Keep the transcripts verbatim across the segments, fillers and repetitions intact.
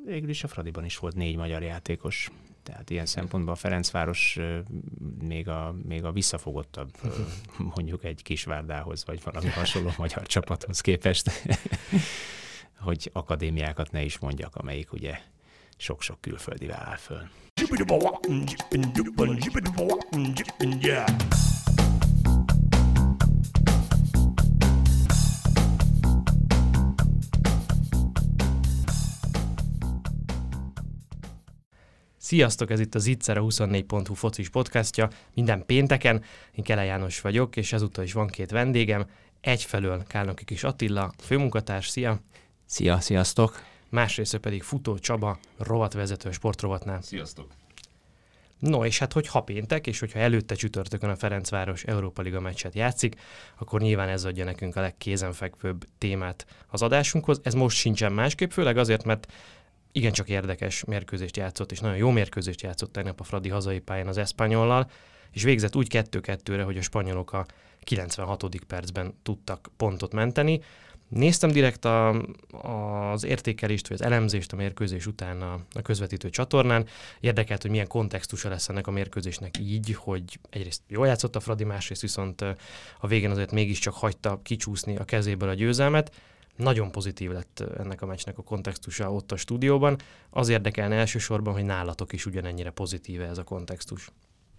végül is a Fradiban is volt négy magyar játékos. Tehát ilyen szempontból a Ferencváros még a, még a visszafogottabb mondjuk egy Kisvárdához, vagy valami hasonló magyar csapathoz képest, hogy akadémiákat ne is mondjak, amelyik ugye sok-sok külföldivel áll föl. Sziasztok, ez itt a Zicser, a huszonnégy pont hu focis podcastja. Minden pénteken, én Kele János vagyok, és ezúttal is van két vendégem. Egyfelől Kálnoki Kis Attila, főmunkatárs, szia! Szia, sziasztok! Másrészt pedig Futó Csaba, rovatvezető a sportrovatnál. Sziasztok! No, és hát hogyha péntek, és hogyha előtte csütörtökön a Ferencváros Európa Liga meccset játszik, akkor nyilván ez adja nekünk a legkézenfekvőbb témát az adásunkhoz. Ez most sincsen másképp, főleg azért, mert igencsak érdekes mérkőzést játszott, és nagyon jó mérkőzést játszott tegnap a Fradi hazai pályán az Espanyollal, és végzett úgy kettő-kettőre, hogy a spanyolok a kilencvenhatodik percben tudtak pontot menteni. Néztem direkt a, az értékelést, vagy az elemzést a mérkőzés után a, a közvetítő csatornán. Érdekelt, hogy milyen kontextusa lesz ennek a mérkőzésnek így, hogy egyrészt jól játszott a Fradi, másrészt viszont a végén azért mégiscsak hagyta kicsúszni a kezéből a győzelmet. Nagyon pozitív lett ennek a meccsnek a kontextusa ott a stúdióban. Az érdekelne elsősorban, hogy nálatok is ugyanennyire pozitív ez a kontextus.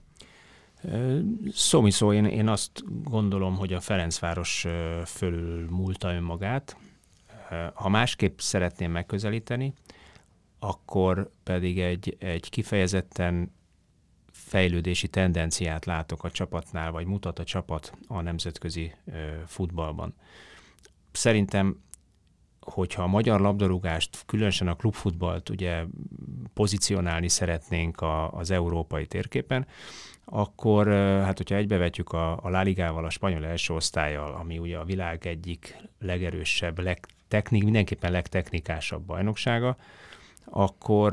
Szómi szó, én, én azt gondolom, hogy a Ferencváros fölül múlta önmagát. Ha másképp szeretném megközelíteni, akkor pedig egy, egy kifejezetten fejlődési tendenciát látok a csapatnál, vagy mutat a csapat a nemzetközi futballban. Szerintem, hogyha a magyar labdarúgást, különösen a klubfutballt ugye pozícionálni szeretnénk a, az európai térképen, akkor hát hogyha egybevetjük a, a La Ligával, a spanyol első osztállyal, ami ugye a világ egyik legerősebb, legtechnik, mindenképpen legtechnikásabb bajnoksága, akkor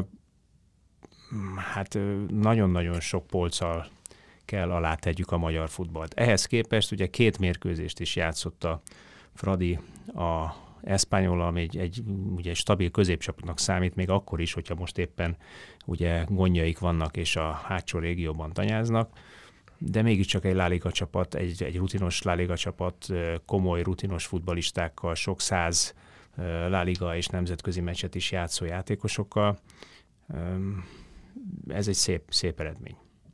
hát nagyon-nagyon sok polccal kell alátegyük a magyar futballt. Ehhez képest ugye két mérkőzést is játszott a Fradi a Espanyol, ami egy, egy, ugye egy stabil középcsapatnak számít, még akkor is, hogyha most éppen ugye gondjaik vannak és a hátsó régióban tanyáznak, de mégiscsak egy La Liga csapat, egy, egy rutinos La Liga csapat, komoly rutinos futballistákkal, sok száz La Liga és nemzetközi meccset is játszó játékosokkal. Ez egy szép, szép eredmény.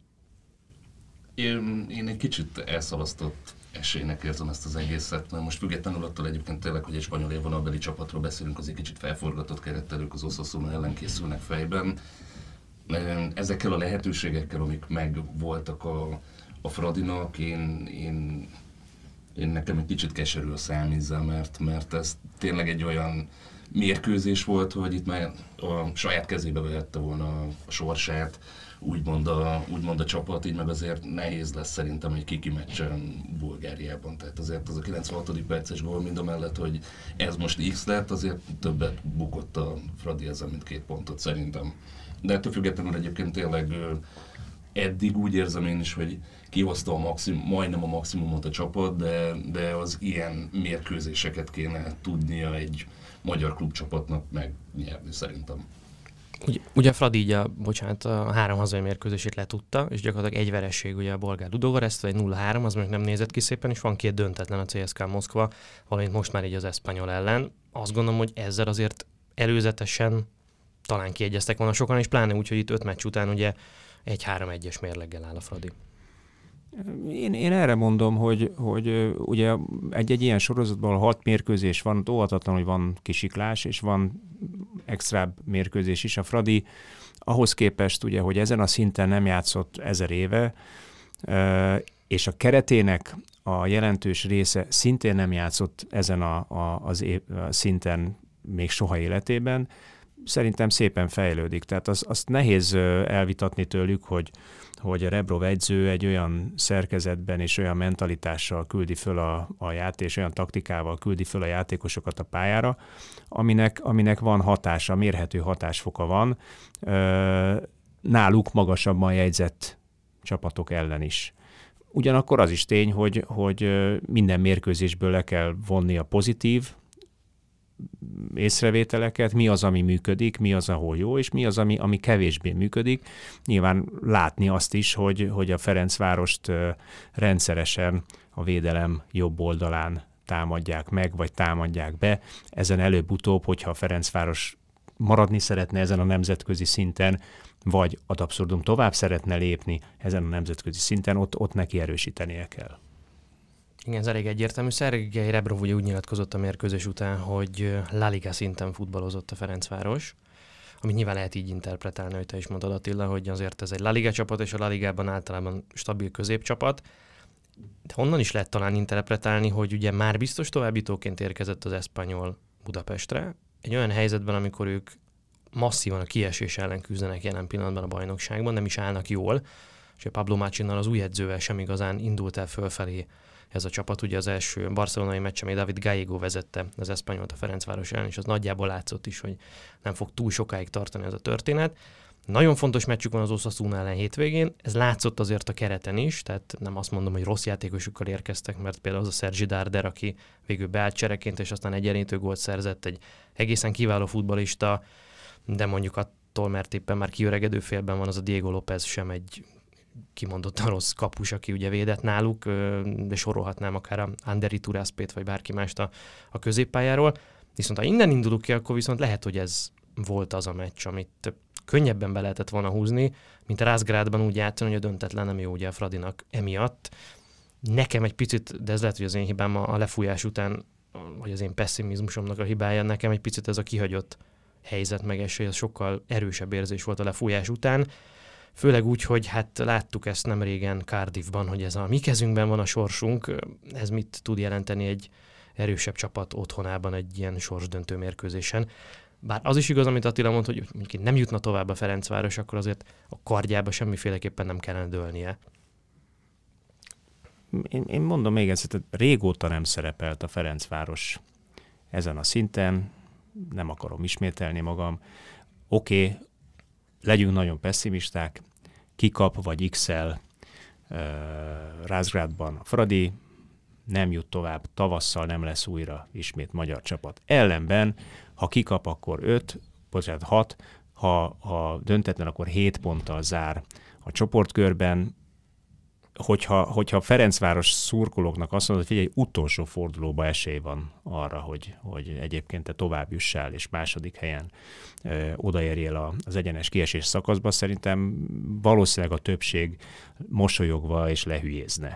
Én, én egy kicsit elszalasztott esélynek érzem ezt az egészet, mert most függetlenül attól egyébként tényleg, hogy egy spanyol élvonalbeli csapatról beszélünk, azért kicsit felforgatott kerettel ők az Osasuna ellen készülnek fejben. Ezekkel a lehetőségekkel, amik meg voltak a, a Fradinak, én, én, én nekem egy kicsit keserű a számízzel, mert, mert ez tényleg egy olyan mérkőzés volt, hogy itt már a saját kezébe vehette volna a sorsát, úgymond a, úgymond a csapat, így meg azért nehéz lesz szerintem egy kiki meccsen Bulgáriában. Tehát azért az a kilencvenhatodik perces gól mind a mellett, hogy ez most X lett, azért többet bukott a Fradi ezzel, mint két pontot szerintem. De ettől függetlenül egyébként tényleg eddig úgy érzem én is, hogy kihozta a maximum, majdnem a maximumot a csapat, de, de az ilyen mérkőzéseket kéne tudnia egy magyar klubcsapatnak megnyerni szerintem. Ugye, ugye Fradi így a, bocsánat, a három hazai mérkőzését letudta, és gyakorlatilag egy veresség ugye a bolgár Ludogoresztől, egy nulla három, az még nem nézett ki szépen, és van két döntetlen a cé es ká Moszkva, valamint most már így az Espanyol ellen. Azt gondolom, hogy ezzel azért előzetesen talán kiegyeztek volna sokan, és pláne úgy, hogy itt öt meccs után ugye egy három egyes mérleggel áll a Fradi. Én, én erre mondom, hogy, hogy ugye egy-egy ilyen sorozatban hat mérkőzés van, óvatatlan, hogy van kisiklás, és van extra mérkőzés is. A Fradi ahhoz képest, ugye, hogy ezen a szinten nem játszott ezer éve, és a keretének a jelentős része szintén nem játszott ezen a, a, az é, a szinten még soha életében, szerintem szépen fejlődik. Tehát az, azt nehéz elvitatni tőlük, hogy, hogy a Rebrov edző egy olyan szerkezetben és olyan mentalitással küldi föl a, a játék, és olyan taktikával küldi föl a játékosokat a pályára, aminek, aminek van hatása, mérhető hatásfoka van, náluk magasabban jegyzett csapatok ellen is. Ugyanakkor az is tény, hogy, hogy minden mérkőzésből le kell vonni a pozitív észrevételeket, mi az, ami működik, mi az, ahol jó, és mi az, ami, ami kevésbé működik. Nyilván látni azt is, hogy, hogy a Ferencvárost rendszeresen a védelem jobb oldalán támadják meg, vagy támadják be. Ezen előbb-utóbb, hogyha a Ferencváros maradni szeretne ezen a nemzetközi szinten, vagy ad abszurdum tovább szeretne lépni ezen a nemzetközi szinten, ott, ott neki erősítenie kell. Igen, ez elég egyértelmű. Szergej Rebrov ugye úgy nyilatkozott a mérkőzés után, hogy La Liga szinten futballozott a Ferencváros, amit nyilván lehet így interpretálni, hogy te is mondtad, Attila, hogy azért ez egy La Liga csapat, és a La Ligában általában stabil középcsapat. De honnan is lehet talán interpretálni, hogy ugye már biztos továbbítóként érkezett az Espanyol Budapestre, egy olyan helyzetben, amikor ők masszívan a kiesés ellen küzdenek jelen pillanatban a bajnokságban, nem is állnak jól, és a Pablo Mácsinnal, az új edzővel sem igazán indult el fölfelé ez a csapat. Ugye az első barcelonai meccsen még David Gallego vezette az Espanyolt a Ferencváros ellen, és az nagyjából látszott is, hogy nem fog túl sokáig tartani ez a történet. Nagyon fontos meccsük van az Osasuna ellen hétvégén, ez látszott azért a kereten is, tehát nem azt mondom, hogy rossz játékosukkal érkeztek, mert például az a Sergi Darder, aki végül beállt csereként, és aztán egyenlítő gólt szerzett, egy egészen kiváló futballista, de mondjuk attól, mert éppen már kiöregedő félben van, az a Diego López sem egy kimondottan rossz kapus, aki ugye védett náluk, de sorolhatnám akár a Ander Iturrászpét, vagy bárki mást a, a középpályáról. Viszont ha innen indulunk ki, akkor viszont lehet, hogy ez volt az a meccs, amit könnyebben be lehetett volna húzni, mint a Razgrádban úgy játszani, hogy a döntetlen nem jó ugye a Fradinak emiatt. Nekem egy picit, de ez lehet, hogy az én hibám a lefújás után, vagy az én pessimizmusomnak a hibája, nekem egy picit ez a kihagyott helyzet meg esély, ez sokkal erősebb érzés volt a lefújás után. Főleg úgy, hogy hát láttuk ezt nem régen Cardiffban, hogy ez a mi kezünkben van a sorsunk, ez mit tud jelenteni egy erősebb csapat otthonában egy ilyen sorsdöntő mérkőzésen. Bár az is igaz, amit Attila mondta, hogy mondjuk nem jutna tovább a Ferencváros, akkor azért a kardjába semmiféleképpen nem kellene dőlnie. Én, én mondom még ezt, hogy régóta nem szerepelt a Ferencváros ezen a szinten, nem akarom ismételni magam. Oké, okay, legyünk nagyon pessimisták, kikap vagy X-el uh, Razgrádban a Fradi, nem jut tovább, tavasszal nem lesz újra ismét magyar csapat. Ellenben, ha kikap, akkor öt, bocsánat, hat, ha, ha döntetlen, akkor hét ponttal zár a csoportkörben. Hogyha, hogyha Ferencváros szurkolóknak azt mondod, hogy figyelj, utolsó fordulóba esély van arra, hogy, hogy egyébként te tovább jussál, és második helyen ö, odaérjél a, az egyenes kiesés szakaszba, szerintem valószínűleg a többség mosolyogva és lehülyézne.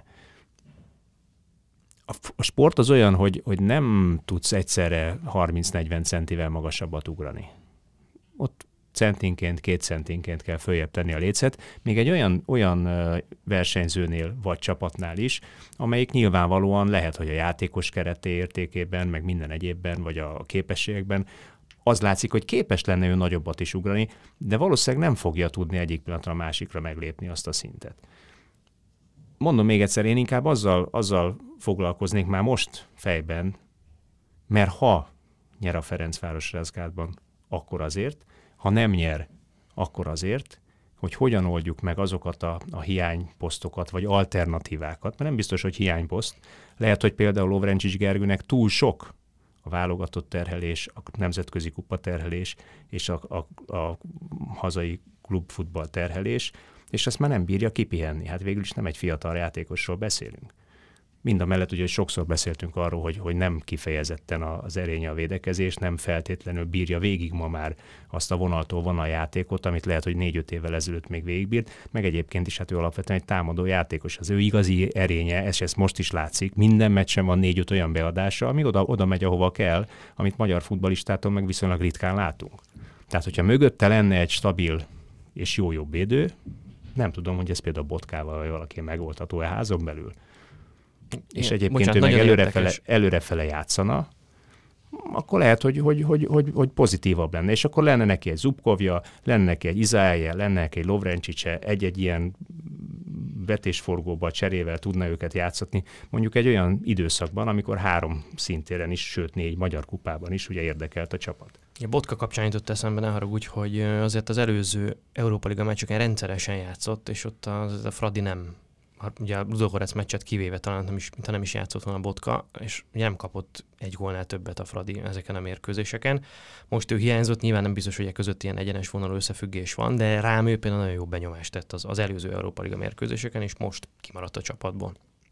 A, a sport az olyan, hogy, hogy nem tudsz egyszerre harminc-negyven centivel magasabbat ugrani. Ott centinként, két centinként kell följebb tenni a lécet, még egy olyan, olyan versenyzőnél vagy csapatnál is, amelyik nyilvánvalóan lehet, hogy a játékos kerete értékében, meg minden egyébben, vagy a képességekben az látszik, hogy képes lenne ő nagyobbat is ugrani, de valószínűleg nem fogja tudni egyik pillanatra a másikra meglépni azt a szintet. Mondom még egyszer, én inkább azzal, azzal foglalkoznék már most fejben, mert ha nyer a Ferencváros Razgrádban, akkor azért, ha nem nyer, akkor azért, hogy hogyan oldjuk meg azokat a, a hiányposztokat, vagy alternatívákat, mert nem biztos, hogy hiányposzt. Lehet, hogy például Lovrencsics Gergőnek túl sok a válogatott terhelés, a nemzetközi kupa terhelés és a, a, a hazai klubfutball terhelés, és ezt már nem bírja kipihenni. Hát végül is nem egy fiatal játékosról beszélünk. Mindamellett ugye, hogy sokszor beszéltünk arról, hogy, hogy nem kifejezetten az erénye a védekezés, nem feltétlenül bírja végig ma már azt a vonaltól vonal játékot, amit lehet, hogy négy-öt évvel ezelőtt még végigbírt, meg egyébként is hát ő alapvetően egy támadó játékos. Az ő igazi erénye, ez ezt most is látszik, minden meccsen van négy-öt olyan beadása, ami oda, oda megy, ahova kell, amit magyar futballistától meg viszonylag ritkán látunk. Tehát, hogyha mögötte lenne egy stabil és jó jobb védő, nem tudom, hogy ez például Botkával vagy valaki megoldható-e házon belül. És igen, egyébként bocsánat, ő meg előrefele, előrefele játszana, akkor lehet, hogy, hogy, hogy, hogy, hogy pozitívabb lenne. És akkor lenne neki egy Zubkovja, lenne neki egy Izáelje, lenne neki egy Lovrencsicse, egy-egy ilyen vetésforgóba cserével tudna őket játszatni, mondjuk egy olyan időszakban, amikor három szintéren is, sőt négy magyar kupában is ugye érdekelt a csapat. A Botka kapcsán jutott eszembe, ne haragudj, hogy azért az előző Európa Liga meccseken rendszeresen játszott, és ott az, a Fradi nem ugye a Ludogorec meccset kivéve talán nem is, nem is játszott volna Botka, és nem kapott egy gólnál többet a Fradi ezeken a mérkőzéseken. Most ő hiányzott, nyilván nem biztos, hogy e között ilyen egyenes vonalú összefüggés van, de rám ő például nagyon jó benyomást tett az, az előző Európa Liga mérkőzéseken, és most kimaradt a csapatból.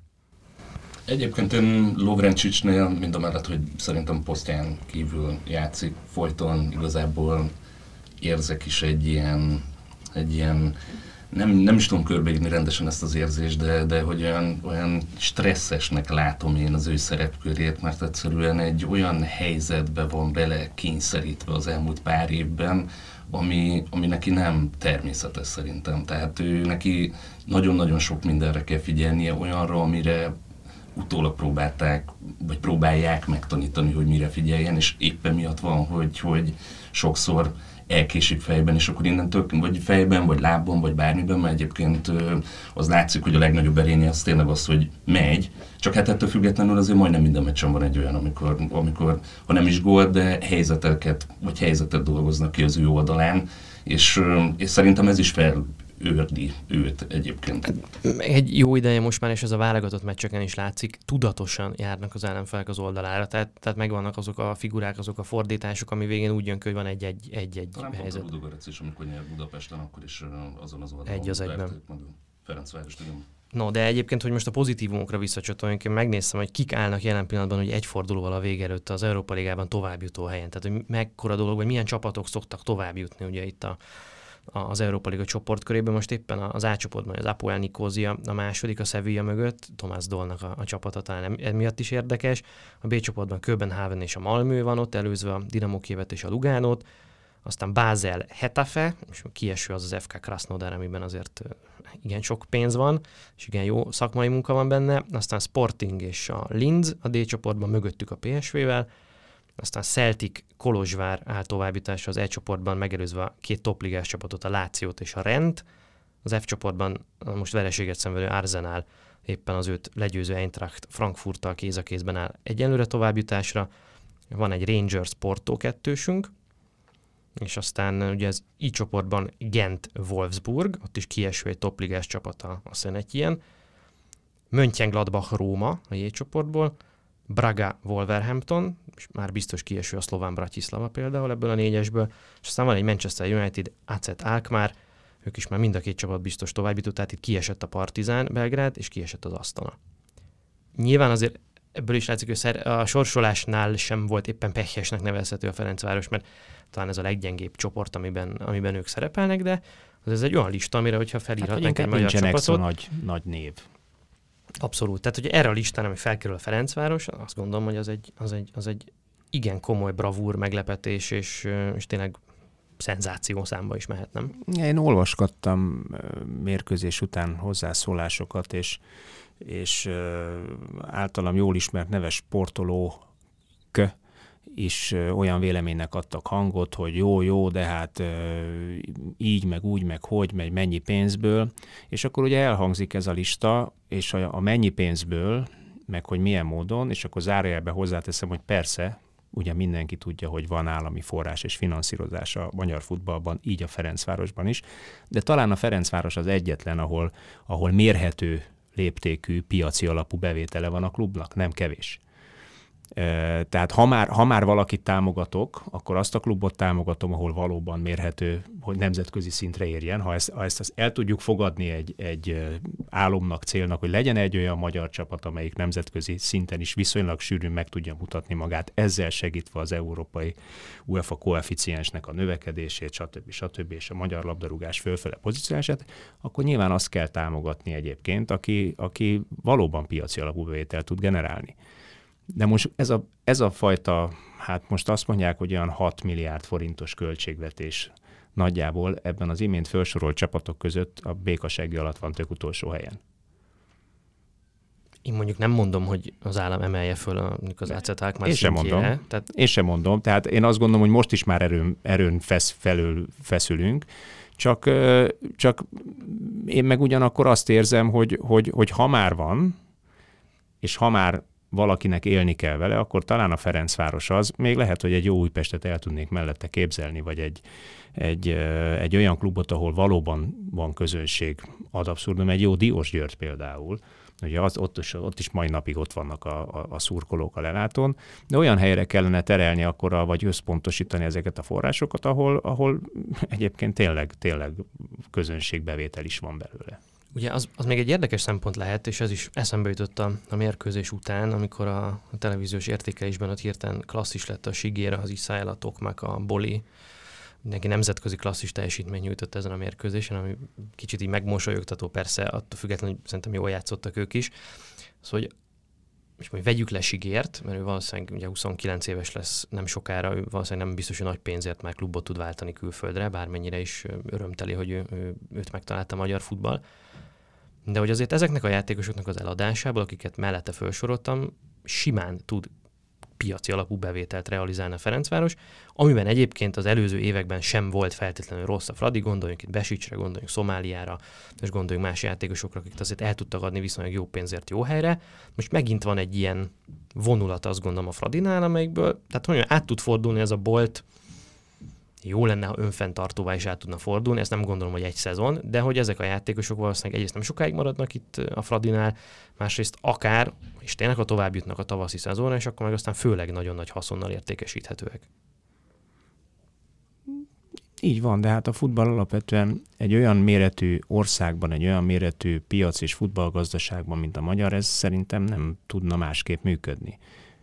Egyébként én Lovrencsicsnél, mind a mellett, hogy szerintem posztján kívül játszik, folyton igazából érzek is egy ilyen, egy ilyen nem, nem is tudom körbeírni rendesen ezt az érzést, de, de hogy olyan, olyan stresszesnek látom én az ő szerepkörét, mert egyszerűen egy olyan helyzetbe van bele kényszerítve az elmúlt pár évben, ami, ami neki nem természetes szerintem. Tehát ő neki nagyon-nagyon sok mindenre kell figyelnie, olyanra, amire utólag próbálták, vagy próbálják megtanítani, hogy mire figyeljen, és éppen miatt van, hogy, hogy sokszor elkésik fejben, és akkor innentől, vagy fejben, vagy lábban, vagy bármiben, mert egyébként az látszik, hogy a legnagyobb erénye az tényleg az, hogy megy, csak hát ettől függetlenül azért majdnem minden meccsen van egy olyan, amikor, amikor ha nem is gól, de helyzeteket, vagy helyzetet dolgoznak ki az ő oldalán, és, és szerintem ez is fel őrli őt egyébként. Egy jó ideje most már, és ez a válogatott meccseken is látszik, tudatosan járnak az ellenfelek az oldalára, tehát, tehát megvannak azok a figurák, azok a fordítások, ami végén úgy jön ki, hogy van egy-egy, egy-egy talán helyzet. Talán pont a Ludogorec is, amikor nyert Budapesten, akkor is azon az oldalon. Egy az egyben. Ferencvárost, igen. No, de egyébként, hogy most a pozitívumokra visszacsatoljunk, én megnéztem, hogy kik állnak jelen pillanatban, hogy egy fordulóval a vége előtt az Európa Ligában továbbjutó helyen. Tehát, hogy mekkora dolog, vagy milyen csapatok szoktak továbbjutni ugye itt a az Európa Liga csoportkörében. Most éppen az A csoportban az Apoel Nikózia a második, a Sevilla mögött, Tomás Dollnak a, a csapata talán emiatt is érdekes. A B csoportban Köbenhavn és a Malmö van ott, előzve a Dinamo Kijevet és a Luganót. Aztán Basel Hetafe, és kieső az az ef ká Krasnodar, amiben azért igen sok pénz van, és igen jó szakmai munka van benne. Aztán Sporting és a Linz a D csoportban mögöttük a pé es vé-vel. Aztán Celtic, Kolozsvár áll továbbjutásra az E csoportban, megelőzve a két topligás csapatot, a Lációt és a Rent. Az F csoportban most vereséget szenvedő Arsenal éppen az őt legyőző Eintracht Frankfurttal kéz a kézben áll egyenlőre továbbjutásra. Van egy Rangers Porto kettősünk, és aztán ugye az I csoportban Gent Wolfsburg, ott is kieső egy topligás csapata, azt hiszem egy ilyen. Mönchengladbach Róma a J csoportból, Braga Wolverhampton, és már biztos kieső a szlován Bratislava például ebből a négyesből, és aztán van egy Manchester United, á cé é Alkmaar, ők is már mind a két csapat biztos továbbjutott, tehát itt kiesett a Partizán Belgrád, és kiesett az Astana. Nyilván azért ebből is látszik, hogy a sorsolásnál sem volt éppen pehesnek nevezhető a Ferencváros, mert talán ez a leggyengébb csoport, amiben, amiben ők szerepelnek, de az ez egy olyan lista, amire, hogyha felírhatnánk hát, egy magyar csapatot. Nagy, nagy név. Abszolút. Tehát, hogy erre a listán, ami felkerül a Ferencváros, azt gondolom, hogy az egy, az egy, az egy igen komoly bravúr, meglepetés, és, és tényleg szenzáció számba is mehet, nem? Én olvasgattam mérkőzés után hozzászólásokat, és, és általam jól ismert neves sportolók is olyan véleménynek adtak hangot, hogy jó, jó, de hát így, meg úgy, meg hogy, meg mennyi pénzből, és akkor ugye elhangzik ez a lista, és a, a mennyi pénzből, meg hogy milyen módon, és akkor zárójelbe hozzáteszem, hogy persze, ugye mindenki tudja, hogy van állami forrás és finanszírozás a magyar futballban, így a Ferencvárosban is, de talán a Ferencváros az egyetlen, ahol, ahol mérhető léptékű piaci alapú bevétele van a klubnak, nem kevés. Tehát ha már, ha már valakit támogatok, akkor azt a klubot támogatom, ahol valóban mérhető, hogy nemzetközi szintre érjen. Ha ezt, ha ezt el tudjuk fogadni egy, egy álomnak, célnak, hogy legyen egy olyan magyar csapat, amelyik nemzetközi szinten is viszonylag sűrűn meg tudja mutatni magát, ezzel segítve az európai UEFA koeficiensnek a növekedését, stb. stb. És a magyar labdarúgás fölfele pozícionálását, akkor nyilván azt kell támogatni egyébként, aki, aki valóban piaci alapú bevételt tud generálni. De most ez a, ez a fajta, hát most azt mondják, hogy olyan hat milliárd forintos költségvetés nagyjából ebben az imént felsorolt csapatok között a békasegge alatt van tök utolsó helyen. Én mondjuk nem mondom, hogy az állam emelje föl a, az á cé é Alkmaar Én sem mondom. Tehát... Én sem mondom. Tehát én azt gondolom, hogy most is már erőn, erőn fesz, felül feszülünk. Csak, csak én meg ugyanakkor azt érzem, hogy, hogy, hogy ha már van, és ha már valakinek élni kell vele, akkor talán a Ferencváros az, még lehet, hogy egy jó Újpestet el tudnék mellette képzelni, vagy egy, egy, egy olyan klubot, ahol valóban van közönség, ad abszurdum, egy jó Diósgyőrt például. Ugye az, ott, is, ott is mai napig ott vannak a, a, a szurkolók a lelátón, de olyan helyre kellene terelni akkor, a, vagy összpontosítani ezeket a forrásokat, ahol, ahol egyébként tényleg, tényleg közönségbevétel is van belőle. Ugye az, az még egy érdekes szempont lehet, és ez is eszembe jutott a, a mérkőzés után, amikor a, a televíziós értékelésben ott hirtelen klasszis lett a Sigéra, az Iszáel, a Tokmak, a Boli. Mindenki nemzetközi klasszis teljesítmény nyújtott ezen a mérkőzésen, ami kicsit így megmosolyogtató, persze, attól függetlenül, hogy szerintem jól játszottak ők is. Szóval, hogy és majd vegyük le Sigért, mert ő valószínűleg ugye huszonkilenc éves lesz nem sokára, ő valószínűleg nem biztos, hogy nagy pénzért már klubot tud váltani külföldre, bármennyire is örömteli, hogy ő, ő, őt megtalálta a magyar futball. De hogy azért ezeknek a játékosoknak az eladásából, akiket mellette felsoroltam, simán tud piaci alapú bevételt realizálni a Ferencváros, amiben egyébként az előző években sem volt feltétlenül rossz a Fradi, gondoljunk itt Besicsre, gondoljunk Szomáliára, és gondoljunk más játékosokra, akiket azért el tudtak adni viszonylag jó pénzért jó helyre. Most megint van egy ilyen vonulat, azt gondolom, a Fradinál, amelyikből, tehát hogy át tud fordulni ez a bolt, jó lenne, ha önfenntartóvá is át tudna fordulni, ezt nem gondolom, hogy egy szezon, de hogy ezek a játékosok valószínűleg egyrészt nem sokáig maradnak itt a Fradinál, másrészt akár, és tényleg a tovább jutnak a tavaszi szezonra, és akkor meg aztán főleg nagyon nagy haszonnal értékesíthetőek. Így van, de hát a futball alapvetően egy olyan méretű országban, egy olyan méretű piac és futballgazdaságban, mint a magyar, ez szerintem nem tudna másképp működni.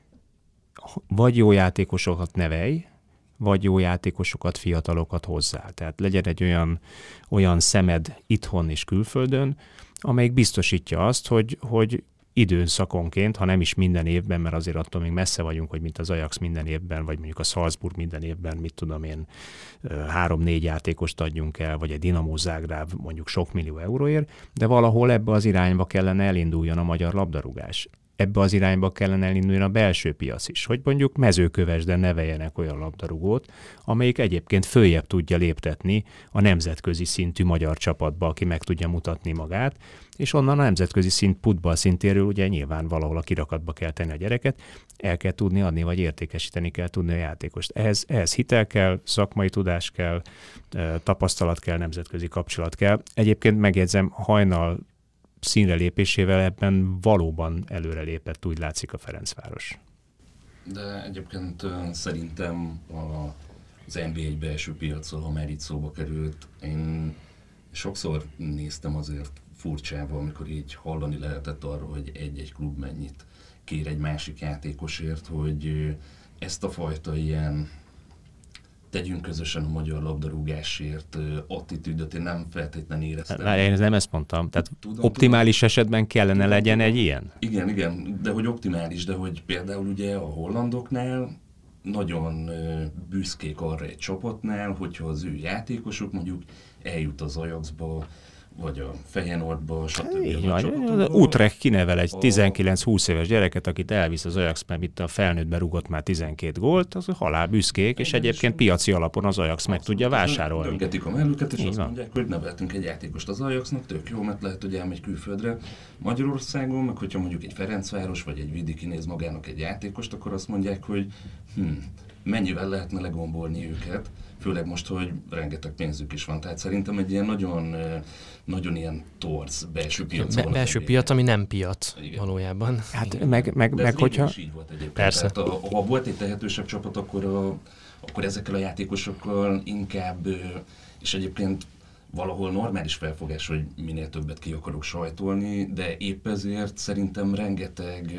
Vagy jó játékosokat nevelj, vagy jó játékosokat, fiatalokat hozzá. Tehát legyen egy olyan, olyan szemed itthon és külföldön, amelyik biztosítja azt, hogy, hogy időszakonként, ha nem is minden évben, mert azért attól még messze vagyunk, hogy mint az Ajax minden évben, vagy mondjuk a Salzburg minden évben, mit tudom én, három-négy játékost adjunk el, vagy egy Dinamo Zágráb mondjuk sok millió euróért, de valahol ebbe az irányba kellene elinduljon a magyar labdarúgás. Ebbe az irányba kellene elindulni a belső piac is, hogy mondjuk Mezőkövesden neveljenek olyan labdarúgót, amelyik egyébként följebb tudja léptetni a nemzetközi szintű magyar csapatba, aki meg tudja mutatni magát, és onnan a nemzetközi szint futball szintéről ugye nyilván valahol a kirakatba kell tenni a gyereket, el kell tudni adni, vagy értékesíteni kell tudni a játékost. Ehhez, ehhez hitel kell, szakmai tudás kell, tapasztalat kell, nemzetközi kapcsolat kell. Egyébként megjegyzem, Hajnal színre lépésével ebben valóban előrelépett, úgy látszik, a Ferencváros. De egyébként szerintem az en bé egy belső piacról, ha már itt szóba került, én sokszor néztem azért furcsával, amikor így hallani lehetett arról, hogy egy-egy klub mennyit kér egy másik játékosért, hogy ezt a fajta ilyen tegyünk közösen a magyar labdarúgásért attitűdöt én nem feltétlenül éreztem. Lá, én nem ezt mondtam. Tehát tudom, optimális tudom, esetben kellene tudom, legyen tudom. Egy ilyen? Igen, igen, de hogy optimális, de hogy például ugye a hollandoknál nagyon büszkék arra egy csapatnál, hogyha az ő játékosok mondjuk eljut az Ajaxba, vagy a Feyenoordba, stb. Így van. Utrecht kinevel egy tizenkilenc-húsz éves gyereket, akit elvisz az Ajax, mert itt a felnőttben rugott már tizenkét gólt, az halál büszkék, és egyébként piaci alapon az Ajax meg tudja vásárolni. Döngetik a mellüket, és így azt van. Mondják, hogy neveltünk egy játékost az Ajaxnak, tök jó, mert lehet, hogy elmegy külföldre Magyarországon, meg hogyha mondjuk egy Ferencváros, vagy egy Vidi kinéz magának egy játékost, akkor azt mondják, hogy hm, mennyivel lehetne legombolni őket, főleg most, hogy rengeteg pénzük is van. Tehát szerintem egy ilyen nagyon, nagyon ilyen torz belső piac. Be- belső piac, ami nem piac. Igen. Valójában. Hát meg, meg, meg, meg hogyha... így volt egyébként. Persze. Tehát, a, ha volt egy tehetősebb csapat, akkor, a, akkor ezekkel a játékosokkal inkább, és egyébként valahol normális felfogás, hogy minél többet ki akarok sajtolni, de épp ezért szerintem rengeteg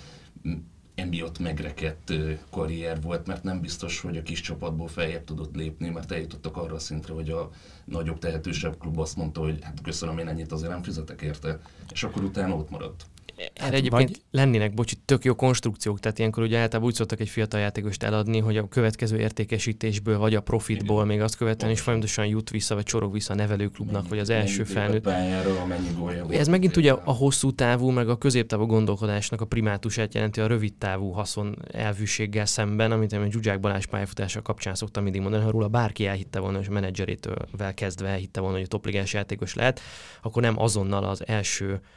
emiatt megrekedt karrier volt, mert nem biztos, hogy a kis csapatból feljebb tudott lépni, mert eljutottak arra a szintre, hogy a nagyobb, tehetősebb klub azt mondta, hogy hát köszönöm, én ennyit azért nem fizetek érte, és akkor utána ott maradt. Erre hát egyébként vagy... lennének, bocsi, tök jó konstrukciók, tehát ilyenkor ugye általában úgy szoktak egy fiatal játékost eladni, hogy a következő értékesítésből, vagy a profitból igen. még azt követően is folyamatosan jut vissza, vagy csorog vissza a nevelőklubnak, mennyi, vagy az első felnőtt. Pályára, mennyi gólja Ez megint ugye a hosszú távú, meg a középtávú gondolkodásnak a primátusát jelenti a rövid távú haszon elvűséggel szemben, amit én a Zsuzsák Balázs pályafutása kapcsán szoktam mindig mondani, ha róla bárki elhitte volna, és a menedzserétől kezdve elhitte volna, hogy a topligás játékos lehet, akkor nem azonnal az első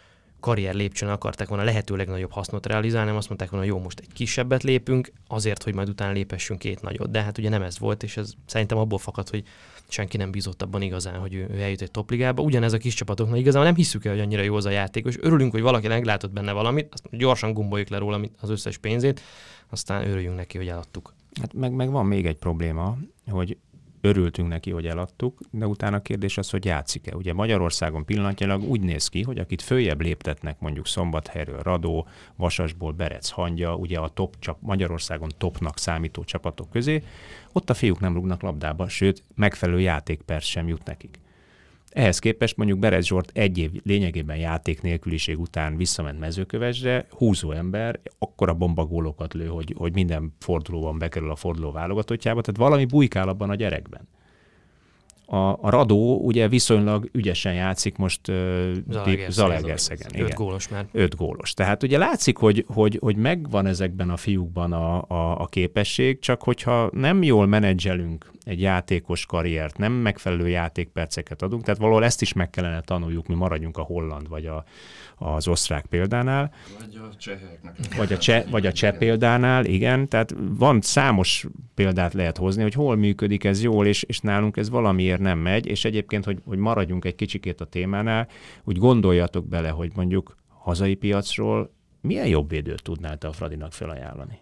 karrier lépcsőn akarták volna lehető legnagyobb hasznot realizálni, nem azt mondták volna, jó, most egy kisebbet lépünk, azért, hogy majd utána lépessünk két nagyot. De hát ugye nem ez volt, és ez szerintem abból fakad, hogy senki nem bízott abban igazán, hogy ő, ő eljut egy topligába. Ugyanez a kis csapatoknak igazán nem hiszük el, hogy annyira jó az a játékos. Örülünk, hogy valaki meglátott benne valamit, azt gyorsan gomboljuk le róla az összes pénzét, aztán örüljünk neki, hogy eladtuk. Hát meg, meg van még egy probléma, hogy örültünk neki, hogy eladtuk, de utána a kérdés az, hogy játszik-e. Ugye Magyarországon pillanatnyilag úgy néz ki, hogy akit följebb léptetnek mondjuk Szombathelyről Radó, Vasasból Berec Hangya, ugye a top, csak Magyarországon topnak számító csapatok közé, ott a fiúk nem rúgnak labdába, sőt, megfelelő játékperc sem jut nekik. Ehhez képest mondjuk Berec Zsolt egy év lényegében játék nélküliség után visszament Mezőkövesdre, húzó ember, akkora bombagólokat lő, hogy, hogy minden fordulóban bekerül a forduló válogatottjába, tehát valami bujkál abban a gyerekben. A, a Radó ugye viszonylag ügyesen játszik most uh, Zalaegerszegen. Öt gólos már. Öt gólos. Tehát ugye látszik, hogy, hogy, hogy megvan ezekben a fiúkban a, a, a képesség, csak hogyha nem jól menedzselünk egy játékos karriert, nem megfelelő játékperceket adunk, tehát valahol ezt is meg kellene tanuljuk, mi maradjunk a holland vagy a, az osztrák példánál. Vagy a cseheknek. Vagy a cseh, vagy a cseh példánál, igen. Tehát van számos példát lehet hozni, hogy hol működik ez jól, és, és nálunk ez valamiért nem megy, és egyébként, hogy, hogy maradjunk egy kicsikét a témánál, úgy gondoljatok bele, hogy mondjuk hazai piacról milyen jobb védőt tudnál te a Fradinak felajánlani?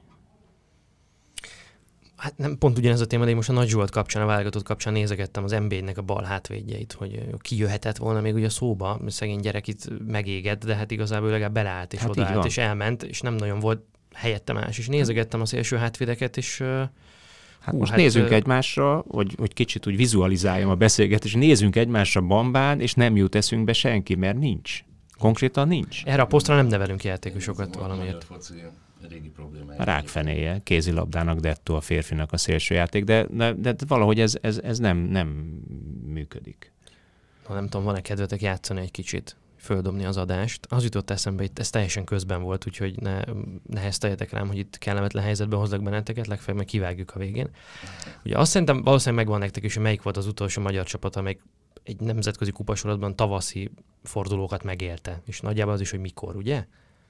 Hát nem pont ugyanez a téma, de én most a Nagy Zsolt kapcsán, a válogatott kapcsán nézegettem az en bé egynek a bal hátvédjeit, hogy ki jöhetett volna még ugye szóba, szegény gyerek itt megégett, de hát igazából legalább beleállt és hát odaállt és elment, és nem nagyon volt helyette más. És nézegettem a szélső hátvédeket, és hát hú, most hát nézzünk ö... egymásra, hogy, hogy kicsit úgy vizualizáljam a beszélgetést, nézzünk egymásra bambán, és nem jut eszünkbe senki, mert nincs. Konkrétan nincs. Erre a posztra nem nevelünk játékosokat valamiért. Régi a rákfenéje, kézilabdának dettó a férfinak a szélsőjáték, de, de, de valahogy ez, ez, ez nem, nem működik. Ha nem tudom, van-e kedvetek játszani egy kicsit, földobni az adást. Az jutott eszembe, itt ez teljesen közben volt, úgyhogy ne, ne hezteljetek rám, hogy itt kellemetlen helyzetbe hozzak benneteket, legfeljebb meg kivágjuk a végén. Ugye azt szerintem valószínűleg megvan nektek is, hogy melyik volt az utolsó magyar csapat, amelyik egy nemzetközi kupasorozatban tavaszi fordulókat megélte. És nagyjából az is, hogy mikor, ugye?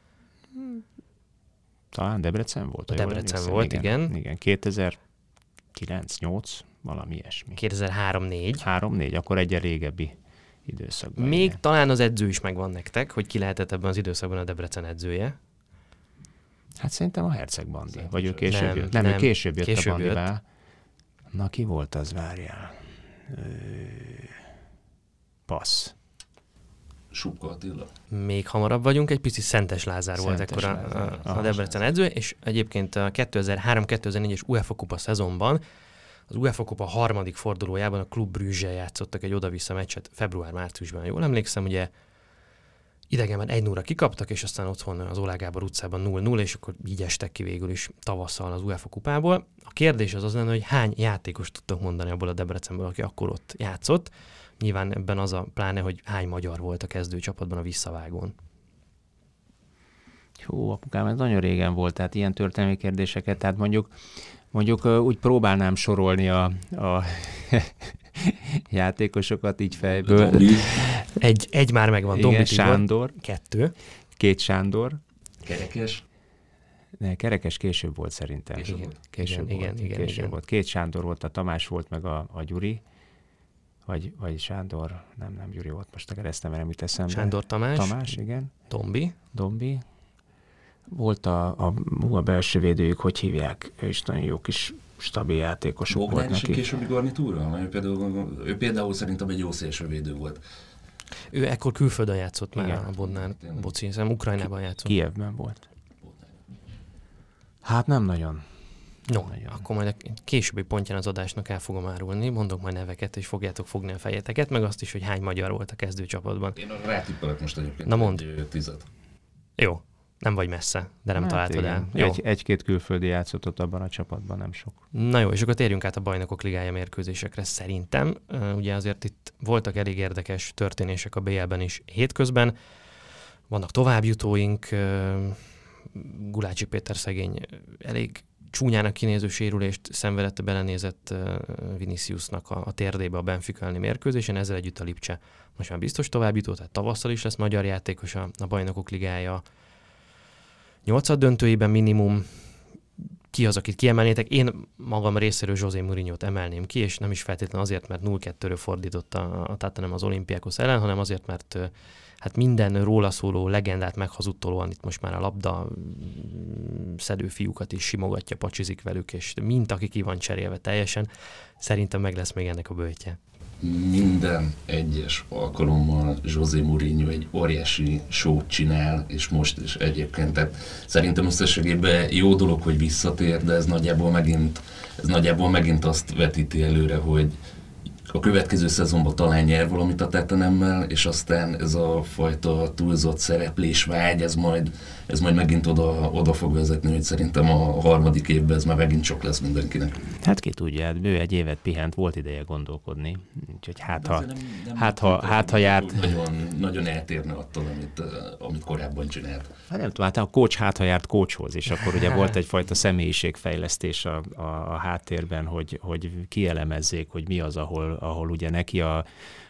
Talán Debrecen volt. A Debrecen volt, igen. Igen, igen. kétezer-kilenc nyolc valami ilyesmi. kétezer-három négy három négy akkor egy régebbi időszakban. Még igen. Talán az edző is megvan nektek, hogy ki lehetett ebben az időszakban a Debrecen edzője. Hát szerintem a Herceg Bandi. Vagy ő később nem, jött. Nem, nem, ő később jött később a Bandivá. Na, ki volt az, várjál? Ö... Passz. Supka Attila. Még hamarabb vagyunk, egy pici Szentes Lázár Szentes volt ekkor Lázár. a, a, a Debrecen edző, és egyébként a kétezer-három kétezer-négyes UEFA Kupa szezonban az UEFA Kupa harmadik fordulójában a Klub Brüggel játszottak egy oda-vissza meccset február-márciusban, jól emlékszem, ugye idegenben egy nulla kikaptak, és aztán otthon az Oláh Gábor utcában nulla nulla, és akkor így estek ki végül is tavasszal az UEFA Kupából. A kérdés az az lenne, hogy hány játékos tudtok mondani abból a Debrecenből, aki akkor ott játszott. Nyilván ebben az a pláne, hogy hány magyar volt a kezdőcsapatban a visszavágón. Hú, apukám, ez nagyon régen volt, tehát ilyen történelmi kérdéseket, tehát mondjuk, mondjuk úgy próbálnám sorolni a, a játékosokat így fejből. Egy, egy már megvan, Dombi Sándor. Kettő. Két Sándor. Kerekes. Ne, Kerekes később volt szerintem. Később volt. Később igen, volt. igen, Később igen. volt. Két Sándor volt, a Tamás volt, meg a, a Gyuri. Vagy, vagy Sándor, nem, nem Gyuri volt, most a keresztem, nem jut eszembe. Sándor Tamás. Tamás, igen. Dombi. Dombi. Volt a, a, a belső védőjük, hogy hívják, ő is nagyon jó kis stabil játékosok Bognár volt neki. Bognár is a későbbi garnitúra? Ő például, ő például szerintem egy jó szélsővédő volt. Ő ekkor külföldön játszott már, igen. a Bodnár Boci, hiszen Ukrajnában játszott. Kijevben volt. Hát nem nagyon. No, nem nagyon. akkor majd a későbbi pontján az adásnak el fogom árulni, mondok majd neveket, és fogjátok fogni a fejeteket, meg azt is, hogy hány magyar volt a kezdőcsapatban. Én rátippelek most egyébként. Na mondd. Egy tizet. Jó, nem vagy messze, de nem hát találtad igen. el. Jó. Egy, egy-két külföldi játszott ott abban a csapatban, nem sok. Na jó, és akkor térjünk át a Bajnokok Ligája mérkőzésekre szerintem. Uh, ugye azért itt voltak elég érdekes történések a bé el-ben is hétközben. Vannak továbbjutóink, uh, Gulácsi Péter szegény elég csúnyának kinéző sérülést szenvedett, belenézett Viniciusnak a, a térdébe a Benfica elleni mérkőzésen, ezzel együtt a Lipcse most már biztos továbbjutó, tehát tavasszal is lesz magyar játékos a, a Bajnokok Ligája nyolcad döntőjében minimum. Ki az, akit kiemelnétek? Én magam részéről José Mourinhót emelném ki, és nem is feltétlenül azért, mert nulla kettőre fordította a Tottenham az Olympiakos ellen, hanem azért, mert hát minden róla szóló legendát meghazudtolóan itt most már a labda szedő fiúkat is simogatja, pacsizik velük, és mint aki ki van cserélve teljesen, szerintem meg lesz még ennek a bőtje. Minden egyes alkalommal José Mourinho egy óriási show-t csinál, és most is egyébként. Tehát szerintem összességében jó dolog, hogy visszatér, de ez nagyjából megint, ez nagyjából megint azt vetíti előre, hogy a következő szezonban talán nyer valamit a Tottenhammel, és aztán ez a fajta túlzott szereplés vágy, ez majd, ez majd megint oda, oda fog vezetni, hogy szerintem a harmadik évben ez már megint sok lesz mindenkinek. Hát ki tudja, hát bő egy évet pihent, volt ideje gondolkodni, úgyhogy hát ha, nem, nem hát, ha, hát, ha járt... Nagyon, nagyon eltérne attól, amit, amit korábban csinált. Hát nem tudom, hát a coach hát ha járt coachhoz, és akkor ugye volt egyfajta személyiségfejlesztés a, a, a háttérben, hogy, hogy kielemezzék, hogy mi az, ahol, ahol ugye neki a,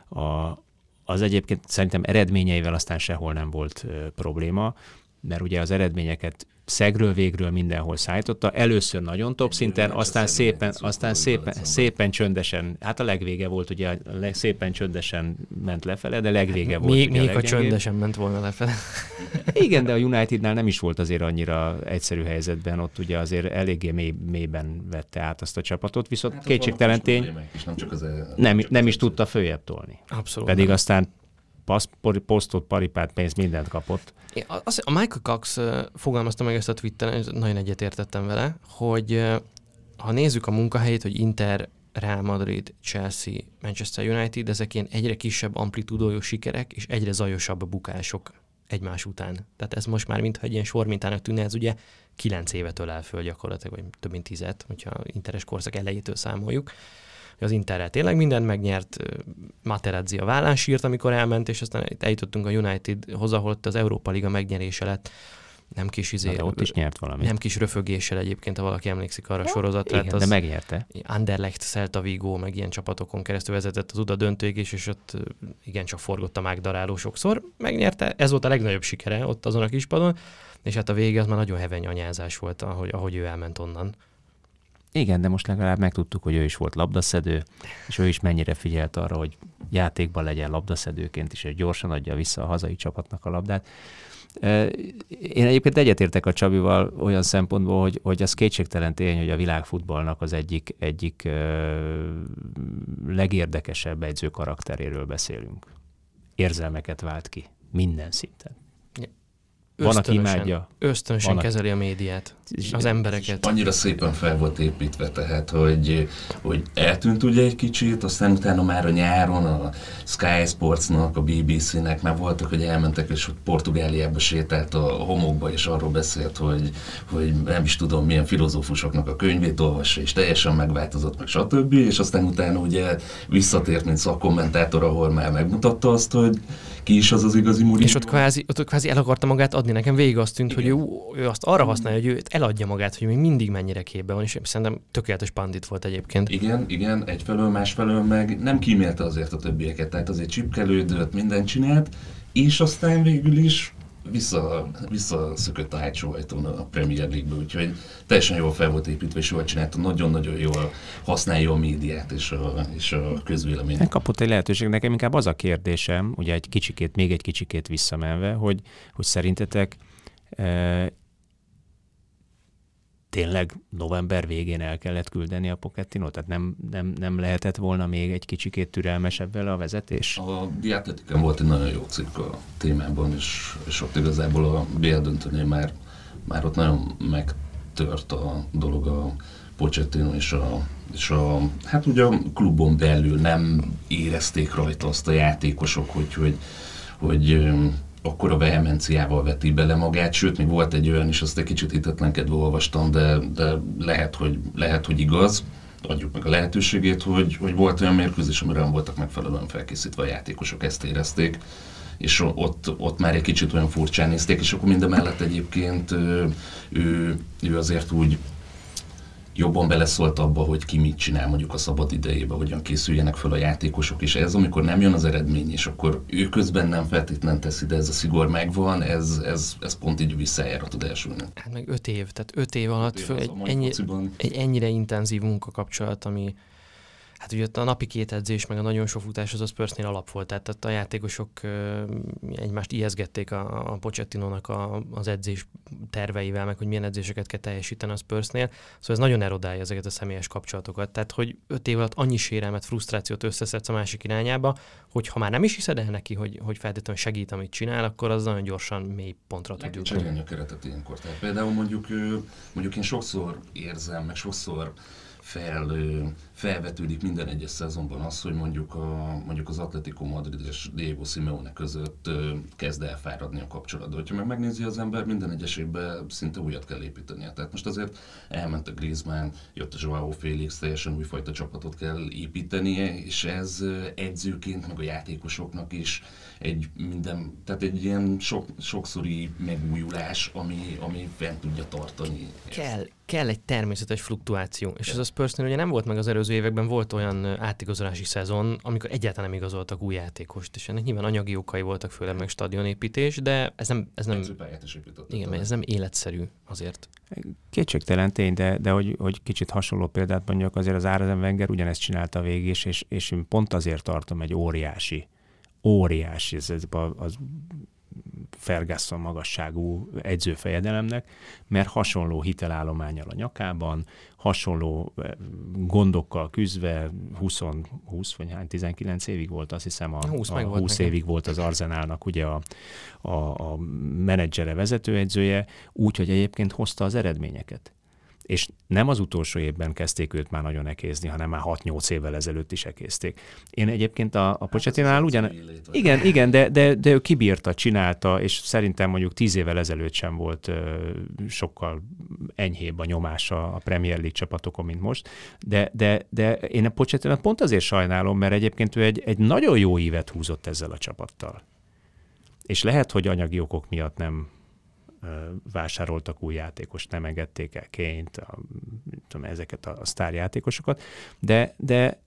a, az egyébként szerintem eredményeivel aztán sehol nem volt ö, probléma, mert ugye az eredményeket szegről végről mindenhol szállította, először nagyon top szinten, aztán szépen, aztán szépen, szépen csöndesen, hát a legvége volt ugye, a leg, szépen csöndesen ment lefele, de legvége volt. Még, ugye még a ha csöndesen ment volna lefele. Igen, de a Unitednál nem is volt azért annyira egyszerű helyzetben, ott ugye azért eléggé mély, mélyben vette át azt a csapatot, viszont hát kétségtelen tény, nem, csak az el, nem, nem, nem is tudta följebb tolni. Abszolút. Pedig nem. Aztán Passz, posztot, paripát, pénzt, mindent kapott. Az, a Michael Cox uh, fogalmazta meg ezt a Twitteren, nagyon egyetértettem vele, hogy uh, ha nézzük a munkahelyét, hogy Inter, Real Madrid, Chelsea, Manchester United, ezek ilyen egyre kisebb amplitúdójú sikerek, és egyre zajosabb a bukások egymás után. Tehát ez most már mintha egy ilyen sormintának tűnne, ez ugye kilenc évet ölel föl gyakorlatilag, vagy több mint tizet, hogyha Interes korszak elejétől számoljuk. Az Interrel tényleg mindent megnyert, Materazzi a vállán sírt, amikor elment, és aztán eljutottunk a Unitedhoz, ahol az Európa Liga megnyerése lett. Nem kis izé, ott is nyert valamit. Nem kis röfögéssel egyébként, ha valaki emlékszik arra a sorozatra. Igen, de megnyerte. Anderlecht, Celta Vigo, meg ilyen csapatokon keresztül vezetett az oda döntőig is, és ott igencsak forgott a mágdaráló sokszor. Megnyerte, ez volt a legnagyobb sikere ott azon a kispadon, és hát a vége az már nagyon heveny anyázás volt, ahogy, ahogy ő elment onnan. Igen, de most legalább megtudtuk, hogy ő is volt labdaszedő, és ő is mennyire figyelt arra, hogy játékban legyen labdaszedőként is, és gyorsan adja vissza a hazai csapatnak a labdát. Én egyébként egyetértek a Csabival olyan szempontból, hogy, hogy az kétségtelen tény, hogy a világfutballnak az egyik, egyik legérdekesebb edző karakteréről beszélünk. Érzelmeket vált ki minden szinten. Van, aki imádja. Ösztönösen kezeli a médiát, az embereket. Annyira szépen fel volt építve, tehát, hogy, hogy eltűnt ugye egy kicsit, aztán utána már a nyáron a Sky Sportsnak, a bé bé cé-nek már voltak, hogy elmentek, és ott Portugáliába sétált a homokba, és arról beszélt, hogy, hogy nem is tudom, milyen filozófusoknak a könyvét olvassa, és teljesen megváltozott, meg stb. És aztán utána ugye visszatért, mint szakkommentátor, ahol már megmutatta azt, hogy ki is az az igazi Mourinho. És ott kvázi, ott kvázi el akarta magát adni. Nekem végig azt tűnt, igen, hogy ő, ő azt arra használja, hogy ő eladja magát, hogy még mindig mennyire képbe van, és szerintem tökéletes pandit volt egyébként. Igen, igen, egyfelől, másfelől meg nem kímélte azért a többieket, tehát azért csipkelődött, mindent csinált, és aztán végül is vissza, visszaszökött a hátsó ajtón a Premier League-be, úgyhogy teljesen jól fel volt építve, és jól csinálta, nagyon-nagyon jól használja a médiát és a, és a közvéleményt. Kapott egy lehetőség, nekem inkább az a kérdésem, ugye egy kicsikét, még egy kicsikét visszamenve, hogy, hogy szerintetek e, tényleg november végén el kellett küldeni a Pochettinót? Tehát nem, nem, nem lehetett volna még egy kicsikét türelmesebb vele a vezetés? A The Athleticen volt egy nagyon jó cikk a témában, és, és ott igazából a bé el döntőnél már, már ott nagyon megtört a dolog a Pochettino és a, és a, hát ugye a klubon belül nem érezték rajta azt a játékosok, hogy, hogy, hogy akkor a vehemenciával veti bele magát, sőt, még volt egy olyan is, azt egy kicsit hitetlenkedve olvastam, de, de lehet, hogy, lehet, hogy igaz, adjuk meg a lehetőségét, hogy, hogy volt olyan mérkőzés, amire nem voltak megfelelően felkészítve a játékosok, ezt érezték, és ott, ott már egy kicsit olyan furcsán nézték, és akkor mindemellett egyébként ő, ő, ő azért úgy jobban beleszólt abba, hogy ki mit csinál mondjuk a szabad idejében, hogyan készüljenek fel a játékosok, és ez, amikor nem jön az eredmény, és akkor ő közben nem feltétlenül teszi, de ez a szigor megvan, ez, ez, ez pont így visszajára tud elsülni. Hát meg öt év, tehát öt év alatt év föl egy, ennyi, egy ennyire intenzív munkakapcsolat, ami hát ugye a napi két edzés, meg a nagyon sok futás az a Spursnél alap volt, tehát a játékosok egymást ijeszgették a, a Pochettinónak a, az edzés terveivel, meg hogy milyen edzéseket kell teljesíteni a Spursnél, szóval ez nagyon erodálja ezeket a személyes kapcsolatokat, tehát hogy öt év alatt annyi sérelmet, frusztrációt összeszedsz a másik irányába, hogy ha már nem is hiszed el neki, hogy, hogy feltétlenül segít, amit csinál, akkor az nagyon gyorsan mély pontra tud jutni. Cserélni a keretet ilyenkor. Tehát például mondjuk, mondjuk én sokszor érzem, meg sokszor fel, felvetődik minden egyes szezonban az, hogy mondjuk, a, mondjuk az Atletico Madrid és Diego Simeone között kezd elfáradni a kapcsolat. De hogyha meg megnézi az ember, minden egyes évben szinte újat kell építenie. Tehát most azért elment a Griezmann, jött a Joao Félix, teljesen újfajta csapatot kell építenie, és ez edzőként, meg a játékosoknak is egy minden, tehát egy ilyen sok, sokszori megújulás, ami, ami fent tudja tartani. Kell, kell egy természetes fluktuáció, és ez a Spursnél ugye nem volt meg az előző években, volt olyan átigazolási szezon, amikor egyáltalán nem igazoltak új játékost, és ennek nyilván anyagi okai voltak, főleg meg stadionépítés, de ez nem, ez nem, igen, ez nem életszerű azért. Kétségtelen tény, de, de hogy, hogy kicsit hasonló példát mondjak, azért az Arsene Wenger ugyanezt csinálta végig, és, és, és én pont azért tartom egy óriási, óriási, ez, ez az Ferguson magasságú edzőfejedelemnek, mert hasonló hitelállománnyal a nyakában, hasonló gondokkal küzdve, húsz, húsz vagy hány, tizenkilenc évig volt, azt hiszem a, húsz, a volt húsz évig volt az Arsenalnak ugye a, a, a menedzsere, vezetőedzője, úgy, hogy egyébként hozta az eredményeket. És nem az utolsó évben kezdték őt már nagyon ekézni, hanem már hat-nyolc évvel ezelőtt is ekézték. Én egyébként a, a Pochettinónál ugyan... Igen, igen, de, de, de ő kibírta, csinálta, és szerintem mondjuk tíz évvel ezelőtt sem volt uh, sokkal enyhébb a nyomása a Premier League csapatokon, mint most. De, de, de én a Pochettinót pont azért sajnálom, mert egyébként ő egy, egy nagyon jó ívet húzott ezzel a csapattal. És lehet, hogy anyagi okok miatt nem vásároltak új játékost, nem engedték el Kane-t, a, tudom, ezeket a, a sztárjátékosokat, de, de,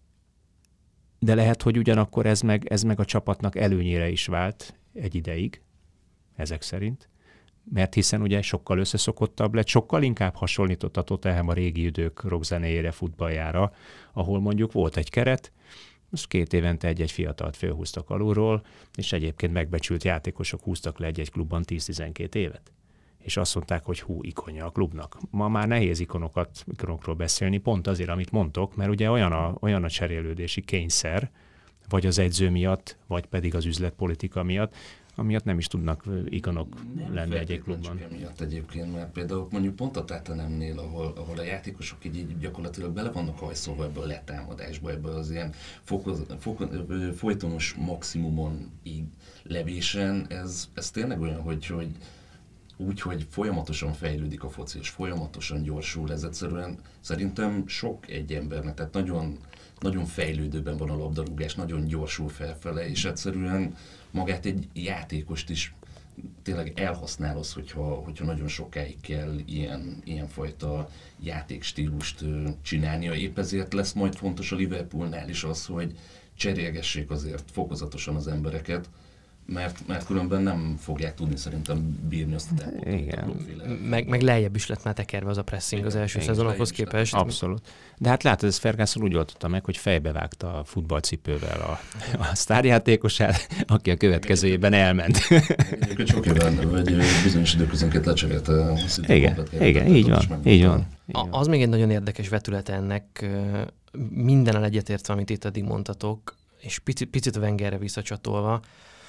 de lehet, hogy ugyanakkor ez meg, ez meg a csapatnak előnyére is vált egy ideig, ezek szerint, mert hiszen ugye sokkal összeszokottabb lett, sokkal inkább hasonlított a Tottenham a régi idők rockzenéjére, futballjára, ahol mondjuk volt egy keret, most két évente egy-egy fiatalt fölhúztak alulról, és egyébként megbecsült játékosok húztak le egy-egy klubban tíz-tizenkét évet. És azt mondták, hogy hú, ikonja a klubnak. Ma már nehéz ikonokat, ikonokról beszélni, pont azért, amit mondtok, mert ugye olyan a, olyan a cserélődési kényszer, vagy az edző miatt, vagy pedig az üzletpolitika miatt, amiatt nem is tudnak ikonok nem lenni egy klubban. Nem emiatt egyébként, mert például mondjuk pont a Tottenhamnél, ahol, ahol a játékosok így, így gyakorlatilag bele vannak hajszolva ebbe a letámadásba, ebbe az ilyen fokoz, fokoz, folytonos maximumon így levésen, ez, ez tényleg olyan, hogy, hogy úgy, hogy folyamatosan fejlődik a foci, és folyamatosan gyorsul, ez egyszerűen szerintem sok egy embernek, tehát nagyon, nagyon fejlődőben van a labdarúgás, nagyon gyorsul felfele, és egyszerűen magát egy játékost is tényleg elhasználod, hogyha, hogyha nagyon sokáig kell ilyen, ilyenfajta játékstílust csinálnia. Épp ezért lesz majd fontos a Liverpoolnál is az, hogy cserélgessék azért fokozatosan az embereket, Mert, mert különben nem fogják tudni szerintem bírni azt a tempót. Igen. Meg, meg lejjebb is lett már tekerve az a pressing igen, az első szezonokhoz képest. Abszolút. De hát látod, ez Ferguson úgy oldotta meg, hogy fejbevágta a futballcipővel a, a sztárjátékosát, aki a következő évben elment. Egyébként sok éven, vagy bizonyos időközönként lecserélte. Igen, igen, így van, így van. A, az még egy nagyon érdekes vetülete ennek, mindennel egyetértve, amit itt eddig mondtatok, és picit, picit a Wengerre visszacsatolva,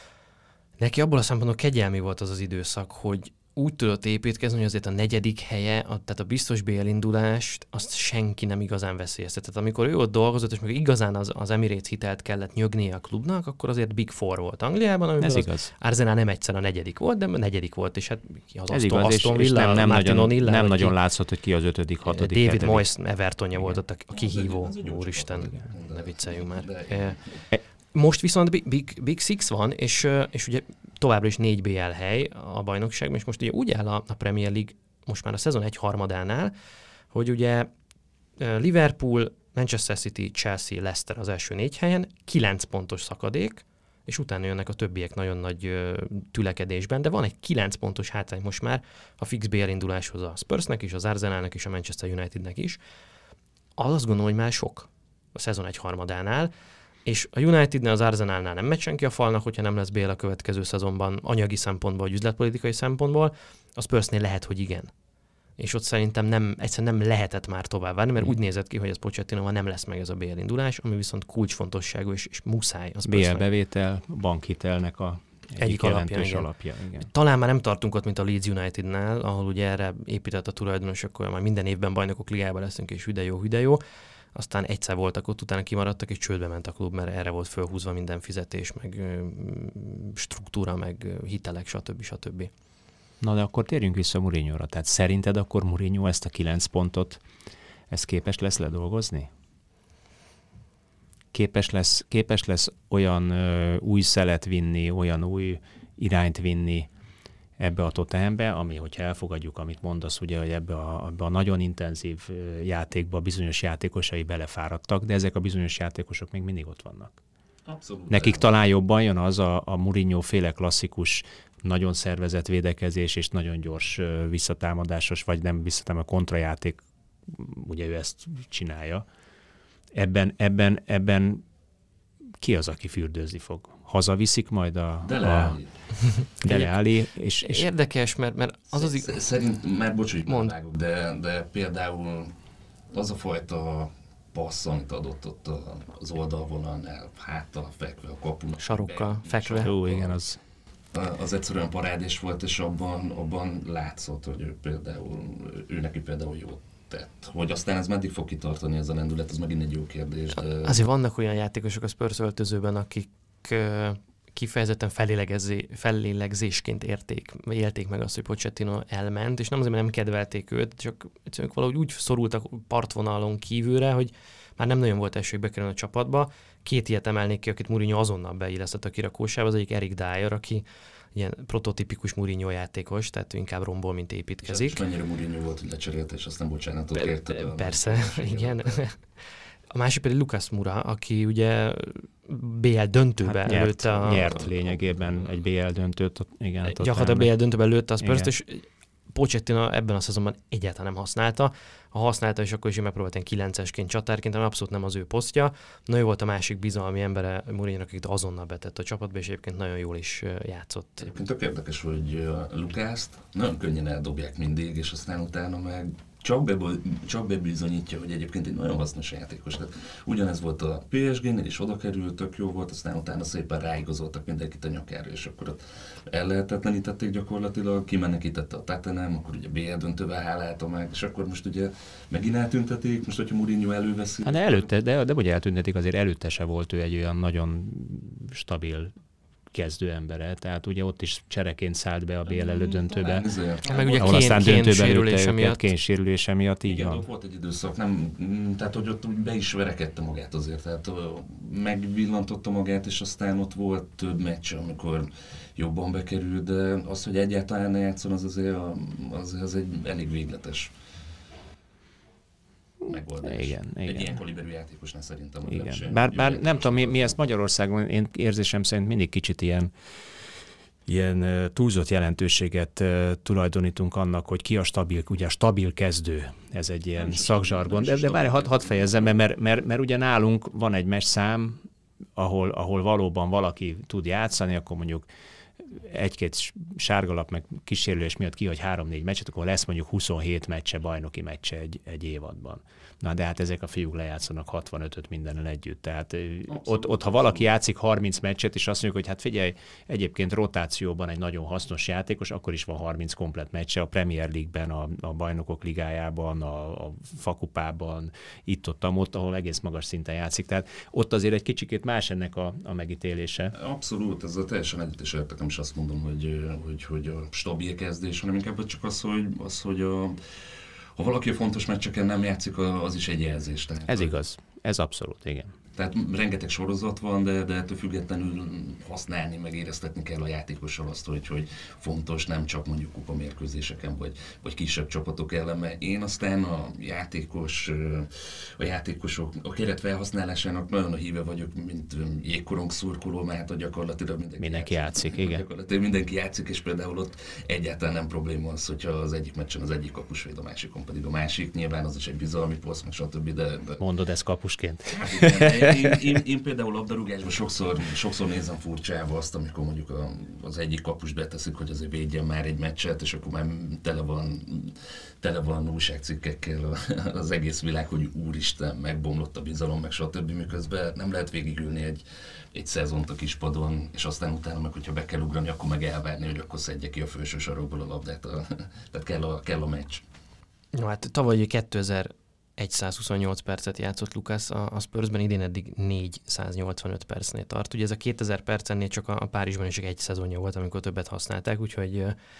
neki abból a szempontból kegyelmi volt az az időszak, hogy úgy tudott építkezni, hogy azért a negyedik helye, a, tehát a biztos bé elindulást, azt senki nem igazán veszélyeztetett. amikor ő ott dolgozott, és még igazán az, az Emirates hitelt kellett nyögnie a klubnak, akkor azért Big Four volt Angliában, amikor az igaz. Arsenal nem egyszer a negyedik volt, de a negyedik volt, és hát az ez igaz, Aston és, Villa, és nem, nem nagyon, Illa, nem nagyon ki, látszott, hogy ki az ötödik, hatodik, David hetedik. Moyes Evertonja volt ott a, a kihívó, úristen, ne vicceljünk már. Most viszont Big, Big, Big Six van, és, és ugye továbbra is négy bé el hely a bajnokságban, és most ugye úgy áll a, a Premier League most már a szezon egy harmadánál, hogy ugye Liverpool, Manchester City, Chelsea, Leicester az első négy helyen, kilenc pontos szakadék, és utána jönnek a többiek nagyon nagy ö, tülekedésben, de van egy kilenc pontos hátrány most már a fix bé el induláshoz a Spursnek is, az Arsenalnak és a Manchester Unitednek is. Az azt gondolom, hogy már sok a szezon egy harmadánál, és a Unitednél, az Arsenalnál nem megy senki a falnak, hogyha nem lesz bé el a következő szezonban anyagi szempontból, vagy üzletpolitikai szempontból, a Spursnél lehet, hogy igen. És ott szerintem nem, egyszerűen nem lehetett már tovább várni, mert úgy nézett ki, hogy ez Pochettinoval nem lesz meg ez a bé el indulás, ami viszont kulcsfontosságú, és, és muszáj. Az bé el bevétel, bankhitelnek a egyik, egyik alapja, igen. alapja. Igen. Talán már nem tartunk ott, mint a Leeds Unitednál, ahol ugye erre épített a tulajdonos, akkor már minden évben bajnokok ligájában leszünk, és hüde jó, hüde jó. Aztán egyszer voltak ott, utána kimaradtak, és csődbe ment a klub, mert erre volt fölhúzva minden fizetés, meg struktúra, meg hitelek, stb. stb. Na de akkor térjünk vissza Mourinho-ra. Tehát szerinted akkor Mourinho ezt a kilenc pontot, ez képes lesz ledolgozni? Képes lesz, képes lesz olyan ö, új szelet vinni, olyan új irányt vinni ebbe a Tottenhambe, ami, hogyha elfogadjuk, amit mondasz, ugye, hogy ebbe a, ebbe a nagyon intenzív játékba bizonyos játékosai belefáradtak, de ezek a bizonyos játékosok még mindig ott vannak. Abszolút. Nekik talán jobban jön az a, a Mourinho féle klasszikus, nagyon szervezett védekezés és nagyon gyors visszatámadásos, vagy nem visszatámadás, a kontrajáték, ugye ő ezt csinálja. Ebben, ebben, ebben ki az, aki fürdőzni fog? Hazaviszik majd a... Dele Alli. Dele Alli. És, és érdekes, mert, mert az az... Szerint, már bocsánat, vágok, de, de például az a fajta passz, amit adott ott az oldalvonalnál, háttal fekve a kapun. Sarokkal fekve. Ó, igen, az... Az egyszerűen parádés volt, és abban, abban látszott, hogy ő például, ő neki például jót tett. Hogy aztán ez meddig fog kitartani ez a lendület, ez megint egy jó kérdés. De... Azért vannak olyan játékosok a Spurs öltözőben, akik kifejezetten fellélegzésként érték, élték meg azt, hogy Pochettino elment, és nem azért, mert nem kedvelték őt, csak egyszerűen valahogy úgy szorultak partvonalon kívülre, hogy már nem nagyon volt esélyük bekerülni a csapatba. Két ilyet emelnék ki, akit Mourinho azonnal beillesztett a kirakósába, az egyik Eric Dyer, aki ilyen prototípikus Mourinho játékos, tehát inkább rombol, mint építkezik. És mennyire Mourinho volt, hogy lecserélte, és aztán bocsánatot kérte. Persze, igen. A másik pedig Lucas Moura, aki ugye bé el döntőben hát lőtte a... Nyert lényegében egy bé el döntőt. Igen, gyakorlatilag bé el döntőben lőtte a Spurs-t, és Pochettino ebben a szezonban egyáltalán nem használta. Ha használta, és akkor is megpróbált ilyen kilencesként, csatárként, ami abszolút nem az ő posztja. Na, ő volt a másik bizalmi embere Mourinho-nak, akit azonnal betett a csapatba, és egyébként nagyon jól is játszott. Egyébként tök érdekes, hogy Lucast nagyon könnyen eldobják mindig, és aztán utána meg csak, be, csak bebizonyítja, hogy egyébként egy nagyon hasznos játékos. Tehát ugyanez volt a pé es gé-nél, és oda került, tök jó volt, aztán utána szépen ráigazoltak mindenkit a nyakára, és akkor ott ellehetetlenítették gyakorlatilag, kimenekítette a Tottenham, akkor ugye bé el döntővel hálálta meg, és akkor most ugye megint eltüntetik, most hogyha Mourinho előveszi. Hát de előtte, de, de hogy eltüntetik, azért előtte se volt ő egy olyan nagyon stabil kezdő embere, tehát ugye ott is csereként szállt be a bé el elődöntőbe. Meg ugye kén, kén sérülése miatt. Kén sérülése miatt, így igen, van. ott volt egy időszak, nem, tehát hogy ott be is verekedte magát azért, tehát megvillantotta magát, és aztán ott volt több meccs, amikor jobban bekerült, de az, hogy egyáltalán ne játszon, az azért az, az egy elég végletes megoldás. Igen, igen. Egy ilyen kaliberű játékosnál szerintem. Igen. Bár, bár nem tudom, mi, mi ezt Magyarországon, én érzésem szerint mindig kicsit ilyen, ilyen túlzott jelentőséget tulajdonítunk annak, hogy ki a stabil, ugye a stabil kezdő. Ez egy ilyen szakzsargon. De, de várj, hadd had fejezzem, mert, mert, mert ugye nálunk van egy meccszám, ahol, ahol valóban valaki tud játszani, akkor mondjuk egy-két sárgalap meg kísérülés miatt kihagy három-négy meccset, akkor lesz mondjuk huszonhét meccse, bajnoki meccse egy, egy évadban. Na de hát ezek a fiúk lejátszanak hatvanötöt mindennel együtt. Tehát ott, ott, ha valaki játszik harminc meccset, és azt mondjuk, hogy hát figyelj, egyébként rotációban egy nagyon hasznos játékos, akkor is van harminc komplet meccse a Premier League-ben, a, a Bajnokok Ligájában, a, a Fakupában, itt-ott, ott, ahol egész magas szinten játszik. Tehát ott azért egy kicsikét más ennek a, a megítélése. Abszolút, ezzel teljesen együtt is értek, nem is azt mondom, hogy, hogy, hogy a stabil kezdés, hanem inkább csak az, hogy, az, hogy a ha valaki a fontos meccseken nem játszik, az is egy jelzés. Tehát, ez igaz. Ez abszolút, igen. Tehát rengeteg sorozat van, de, de ettől függetlenül használni, meg éreztetni kell a játékossal azt, hogy, hogy fontos, nem csak mondjuk kupamérkőzéseken, vagy, vagy kisebb csapatok ellen, mert én aztán a játékos, a játékosok, a keret felhasználásának nagyon a híve vagyok, mint jégkorong szurkoló, mert gyakorlatilag mindenki, mindenki játszik, játszik igen. Gyakorlatilag mindenki játszik, és például ott egyáltalán nem probléma az, hogyha az egyik meccsen az egyik kapus véd, a másikon pedig a másik. Nyilván az is egy bizalmi poszt, meg stb. De, de... Mondod ezt kapusként? Hát igen, én, én, én például labdarúgásban sokszor, sokszor nézem furcsába azt, amikor mondjuk a, az egyik kapust beteszik, hogy azért védjen már egy meccset, és akkor már tele van, tele van újságcikkekkel az egész világ, hogy úristen, megbomlott a bizalom, meg stb. Miközben nem lehet végigülni egy, egy szezont a kispadon, és aztán utána meg, hogyha be kell ugrani, akkor meg elvárni, hogy akkor szedje ki a felső sarokból a labdát. A, tehát kell a, kell a meccs. No, hát tavaly kétezer-százhuszonnyolc percet játszott Lucas a, a Spursben, idén eddig négyszáznyolcvanöt percnél tart. Ugye ez a kétezer percennél csak a, a Párizsban is csak egy szezonja volt, amikor többet használták, úgyhogy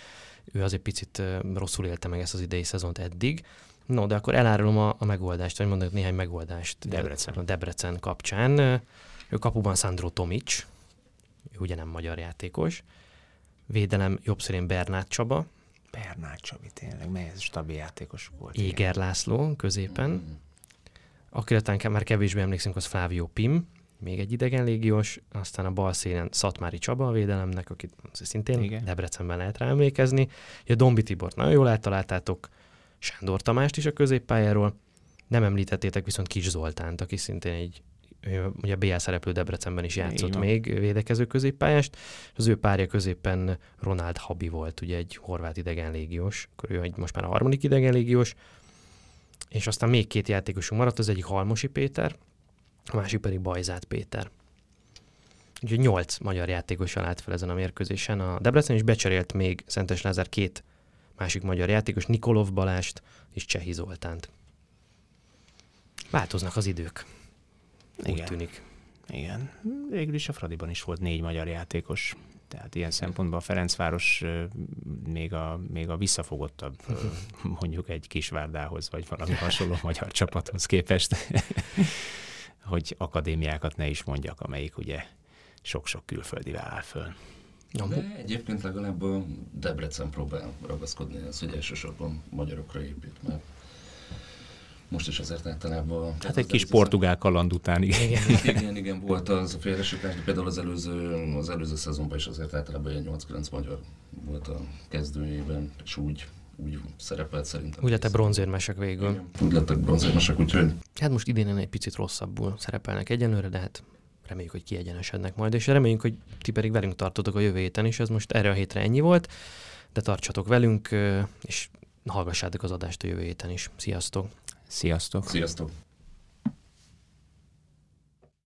ő azért picit rosszul élte meg ezt az idei szezont eddig. No, de akkor elárulom a, a megoldást, vagy mondok néhány megoldást Debrecen. a Debrecen kapcsán. Ő kapuban Sandro Tomic, ő ugye nem magyar játékos. Védelem jobbszörén Bernát Csaba. Bernát Csabi, tényleg, mely ez stabil játékos volt. Éger igen. László középen. Akire talán már kevésbé emlékszünk, az Flávio Pim, még egy idegen légiós, aztán a bal szélen Szatmári Csaba a védelemnek, akit szintén igen. Debrecenben lehet rá emlékezni. A Dombi Tibort nagyon jól eltaláltátok, Sándor Tamást is a középpályáról, nem említettétek viszont Kis Zoltánt, aki szintén egy ugye a bé el szereplő Debrecenben is játszott még védekező középpályást, és az ő párja középen Ronald Habi volt, ugye egy horvát idegen légiós, akkor ő most már a harmadik idegen légiós, és aztán még két játékosunk maradt, az egyik Halmosi Péter, a másik pedig Bajzát Péter. Úgyhogy nyolc magyar játékossal állt fel ezen a mérkőzésen. A Debrecen is becserélt még Szentes Lázár két másik magyar játékos, Nikolov Balást és Csehi Zoltánt. Változnak az idők. Úgy igen. tűnik. Igen. Végül is a Fradiban is volt négy magyar játékos. Tehát ilyen szempontból a Ferencváros még a, még a visszafogottabb mondjuk egy Kisvárdához, vagy valami hasonló magyar csapathoz képest, hogy akadémiákat ne is mondjak, amelyik ugye sok-sok külföldivel áll föl. De egyébként legalább a Debrecen próbál ragaszkodni az, hogy elsősorban magyarokra épít, mert most is azért általában... Hát egy kis portugál kaland után, igen. Igen, igen, igen, volt az a félresütás, de például az előző, az előző szezonban is azért általában egy nyolc-kilenc magyar volt a kezdőjében, és úgy, úgy szerepelt szerintem. Úgy lettek bronzérmesek végül. Igen, úgy lettek bronzérmesek, úgyhogy... Hát most idén egy picit rosszabbul szerepelnek egyenlőre, de hát reméljük, hogy kiegyenesednek majd, és reméljük, hogy ti pedig velünk tartotok a jövő héten is, ez most erre a hétre ennyi volt, de tartsatok velünk, és hallgassátok az adást a jövő héten is. Sziasztok! Sziasztok! Sziasztok!